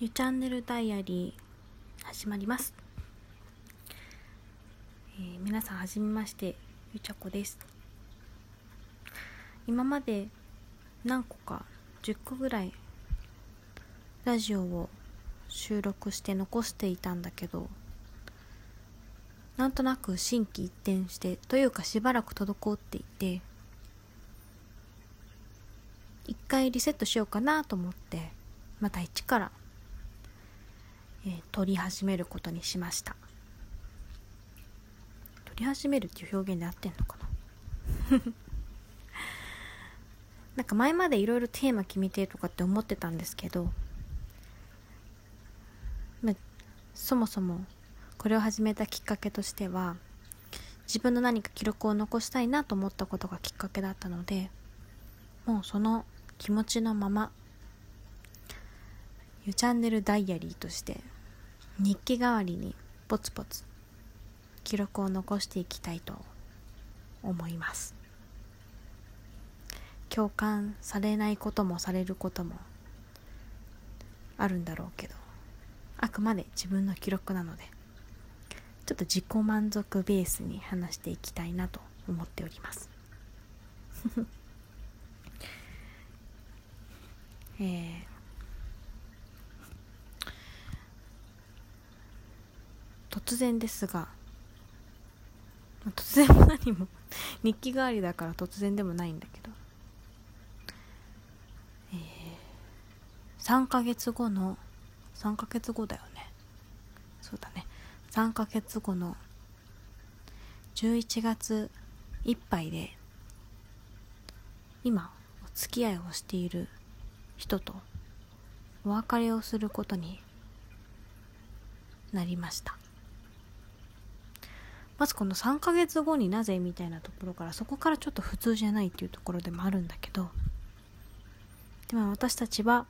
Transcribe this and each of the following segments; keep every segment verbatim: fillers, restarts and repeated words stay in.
ゆチャンネルダイアリー始まります。えー、皆さんはじめまして、ゆちゃこです。今まで何個かじゅっこぐらいラジオを収録して残していたんだけど、なんとなく心機一転してというかしばらく滞っていて、一回リセットしようかなと思ってまた一からえー、撮り始めることにしました。撮り始めるっていう表現で合ってんのかななんか前までいろいろテーマ決めてとかって思ってたんですけど、ま、そもそもこれを始めたきっかけとしては、自分の何か記録を残したいなと思ったことがきっかけだったので、もうその気持ちのままゆチャンネルダイアリーとして日記代わりにポツポツ記録を残していきたいと思います。共感されないこともされることもあるんだろうけど、あくまで自分の記録なので、ちょっと自己満足ベースに話していきたいなと思っておりますえー突然ですが、突然も何も日記代わりだから突然でもないんだけど、えー、さんかげつごのさんかげつごだよね。そうだね。さんかげつごのじゅういちがついっぱいで、今お付き合いをしている人とお別れをすることになりました。まずこのさんかげつごになぜみたいなところから、そこからちょっと普通じゃないっていうところでもあるんだけど、でも私たちは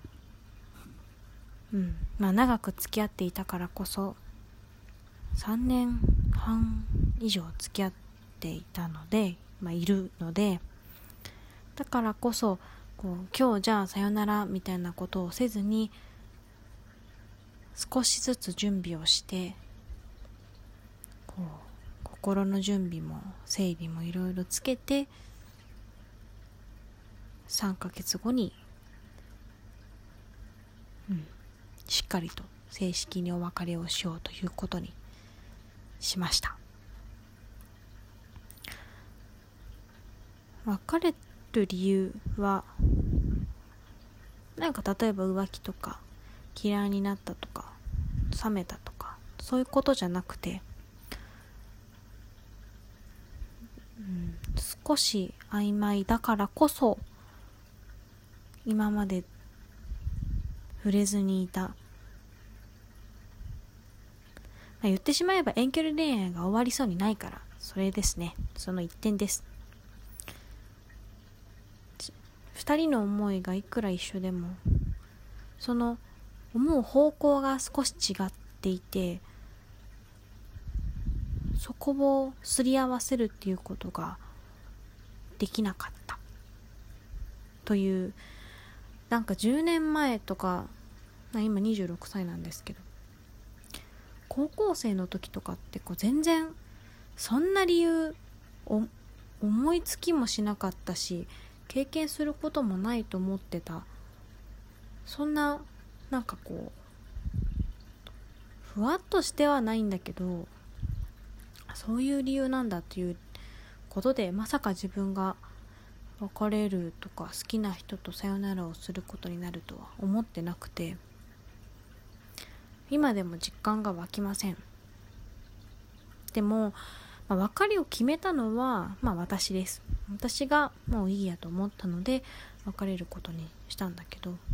うんまあ長く付き合っていたからこそさんねんはん以上付き合っていたので、まあいるので、だからこそこう今日じゃあさよならみたいなことをせずに、少しずつ準備をしてこう心の準備も整理もいろいろつけて、さんかげつごに、うん、しっかりと正式にお別れをしようということにしました。別れる理由はなんか例えば浮気とか嫌いになったとか冷めたとかそういうことじゃなくて、うん、少し曖昧だからこそ今まで触れずにいた、まあ、言ってしまえば遠距離恋愛が終わりそうにないから、それですね。その一点です。二人の思いがいくら一緒でも、その思う方向が少し違っていて、そこをすり合わせるっていうことができなかったという、なんかじゅうねんまえとか、今にじゅうろくさいなんですけど、高校生の時とかってこう全然そんな理由を思いつきもしなかったし、経験することもないと思ってた、そんななんかこうふわっとしてはないんだけど、そういう理由なんだっていうことで、まさか自分が別れるとか好きな人とさよならをすることになるとは思ってなくて、今でも実感が湧きません。でも、まあ、別れを決めたのは、まあ、私です。私がもういいやと思ったので別れることにしたんだけど、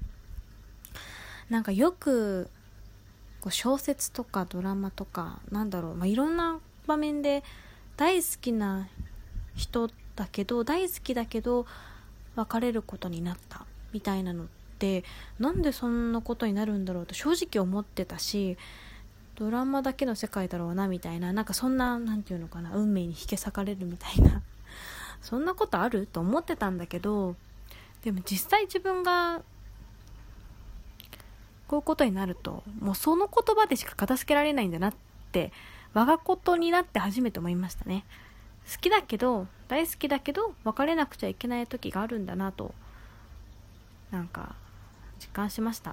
なんかよくこう小説とかドラマとかなんだろう、まあ、いろんな場面で大好きな人だけど大好きだけど別れることになったみたいなのって、なんでそんなことになるんだろうと正直思ってたし、ドラマだけの世界だろうなみたいな、なんかそんな、なんていうのかな、運命に引け裂かれるみたいなそんなことあると思ってたんだけど、でも実際自分がこういうことになるともうその言葉でしか片付けられないんだなって我がことになって初めて思いましたね。好きだけど大好きだけど別れなくちゃいけない時があるんだなとなんか実感しました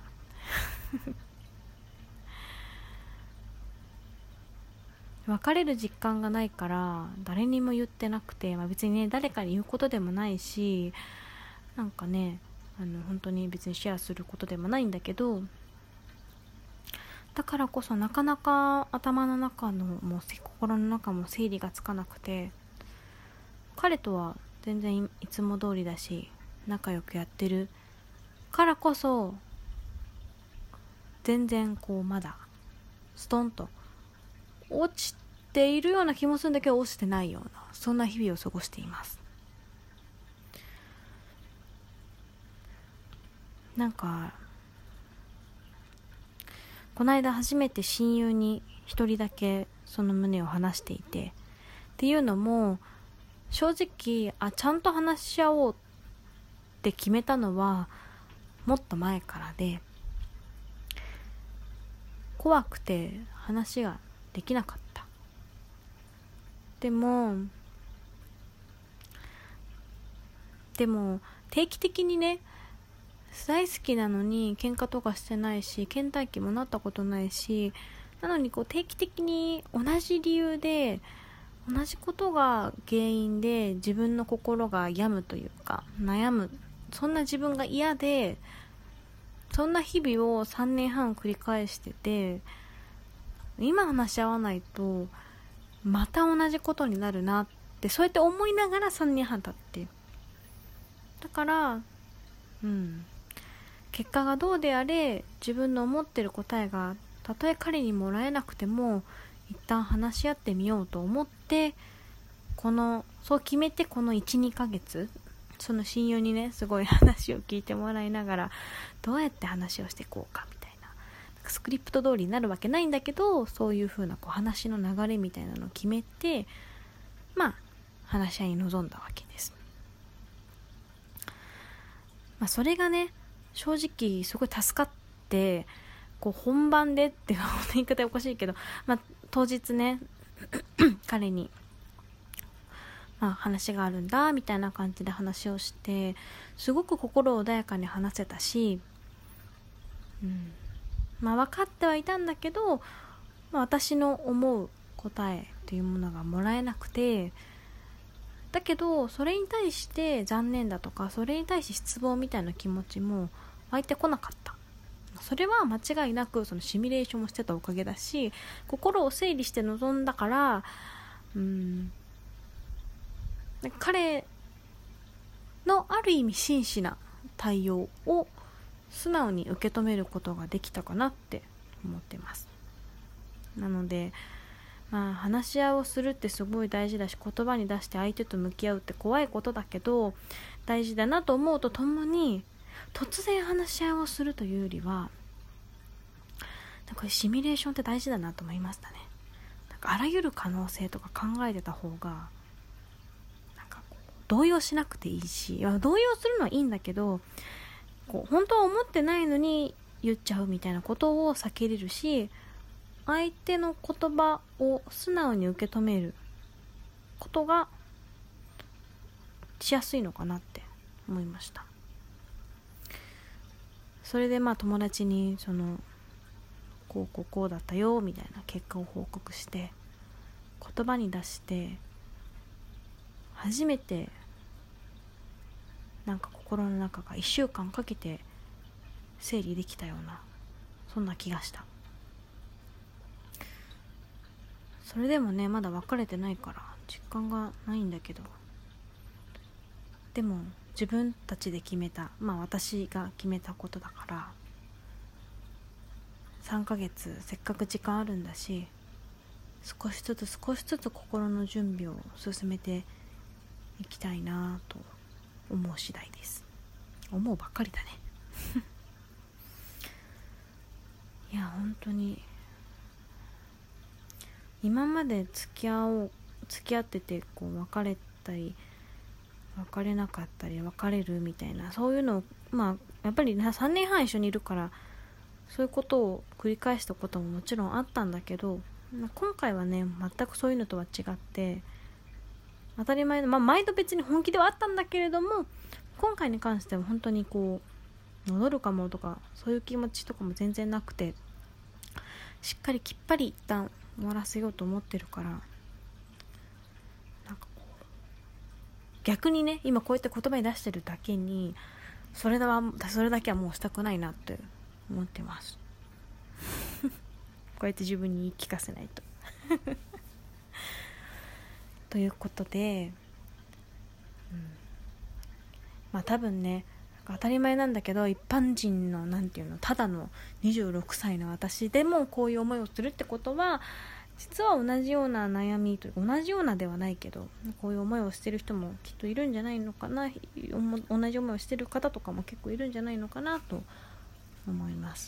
別れる実感がないから誰にも言ってなくて、まあ、別にね誰かに言うことでもないしなんかねあの本当に別にシェアすることでもないんだけど、だからこそなかなか頭の中のもう心の中も整理がつかなくて、彼とは全然いつも通りだし仲良くやってるからこそ全然こうまだストンと落ちているような気もするんだけど落ちてないようなそんな日々を過ごしています。なんかこの間初めて親友に一人だけその旨を話していて、っていうのも正直あちゃんと話し合おうって決めたのはもっと前からで、怖くて話ができなかった。でもでも定期的にね大好きなのに喧嘩とかしてないし倦怠期もなったことないし、なのにこう定期的に同じ理由で同じことが原因で自分の心が病むというか悩む、そんな自分が嫌でそんな日々をさんねんはん繰り返してて、今話し合わないとまた同じことになるなってそうやって思いながらさんねんはん経って、だからうん結果がどうであれ自分の思ってる答えがたとえ彼にもらえなくても一旦話し合ってみようと思ってこのそう決めてこの いち,に ヶ月その親友にねすごい話を聞いてもらいながらどうやって話をしていこうかみたいな、なんかスクリプト通りになるわけないんだけどそういう風なこう話の流れみたいなのを決めてまあ話し合いに臨んだわけです。まあそれがね正直すごい助かって、こう本番でって言い方おかしいけど、まあ、当日ね彼に、まあ、話があるんだみたいな感じで話をしてすごく心穏やかに話せたし、うん、まあ分かってはいたんだけど、まあ、私の思う答えというものがもらえなくて、だけどそれに対して残念だとかそれに対して失望みたいな気持ちも湧いてこなかった。それは間違いなくそのシミュレーションをしてたおかげだし心を整理して臨んだから、うーん彼のある意味真摯な対応を素直に受け止めることができたかなって思ってます。なのでまあ話し合いをするってすごい大事だし言葉に出して相手と向き合うって怖いことだけど大事だなと思うとともに、突然話し合いをするというよりはなんかシミュレーションって大事だなと思いましたね。なんかあらゆる可能性とか考えてた方がなんかこう動揺しなくていいし、動揺するのはいいんだけどこう本当は思ってないのに言っちゃうみたいなことを避けれるし、相手の言葉を素直に受け止めることがしやすいのかなって思いました。それでまあ友達にそのこうこうこうだったよみたいな結果を報告して言葉に出して初めてなんか心の中がいっしゅうかんかけて整理できたようなそんな気がした。それでもねまだ別れてないから実感がないんだけど、でも自分たちで決めた、まあ私が決めたことだからさんかげつせっかく時間あるんだし少しずつ少しずつ心の準備を進めていきたいなと思う次第です。思うばっかりだねいや本当に今まで付き合おう付き合っててこう別れたり別れなかったり別れるみたいなそういうのをまあやっぱりさんねんはん一緒にいるからそういうことを繰り返したことももちろんあったんだけど、今回はね全くそういうのとは違って、当たり前の、まあ、毎度別に本気ではあったんだけれども、今回に関しては本当にこう戻るかもとかそういう気持ちとかも全然なくて、しっかりきっぱり一旦終わらせようと思ってるから、なんかこう逆にね今こうやって言葉に出してるだけにそれだわそれだけはもうしたくないなって思ってますこうやって自分に言い聞かせないとということで、うん、まあ多分ね当たり前なんだけど、一般人のなんていうのただのにじゅうろくさいの私でもこういう思いをするってことは、実は同じような悩みというか、同じようなではないけどこういう思いをしてる人もきっといるんじゃないのかな、同じ思いをしてる方とかも結構いるんじゃないのかなと思います。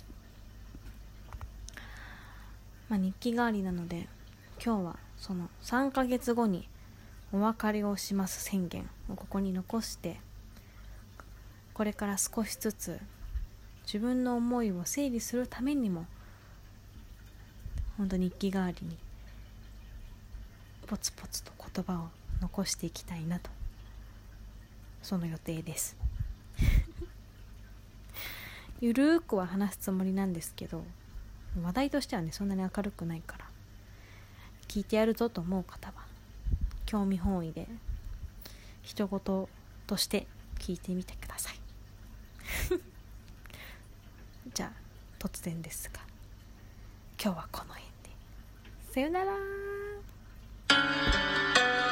まあ、日記代わりなので今日はそのさんかげつごにお別れをします宣言をここに残して、これから少しずつ自分の思いを整理するためにも本当に日記代わりにポツポツと言葉を残していきたいなと、その予定ですゆるーくは話すつもりなんですけど、話題としてはねそんなに明るくないから、聞いてやるぞと思う方は興味本位で人事として聞いてみてくださいじゃあ突然ですが今日はこの辺でさよなら。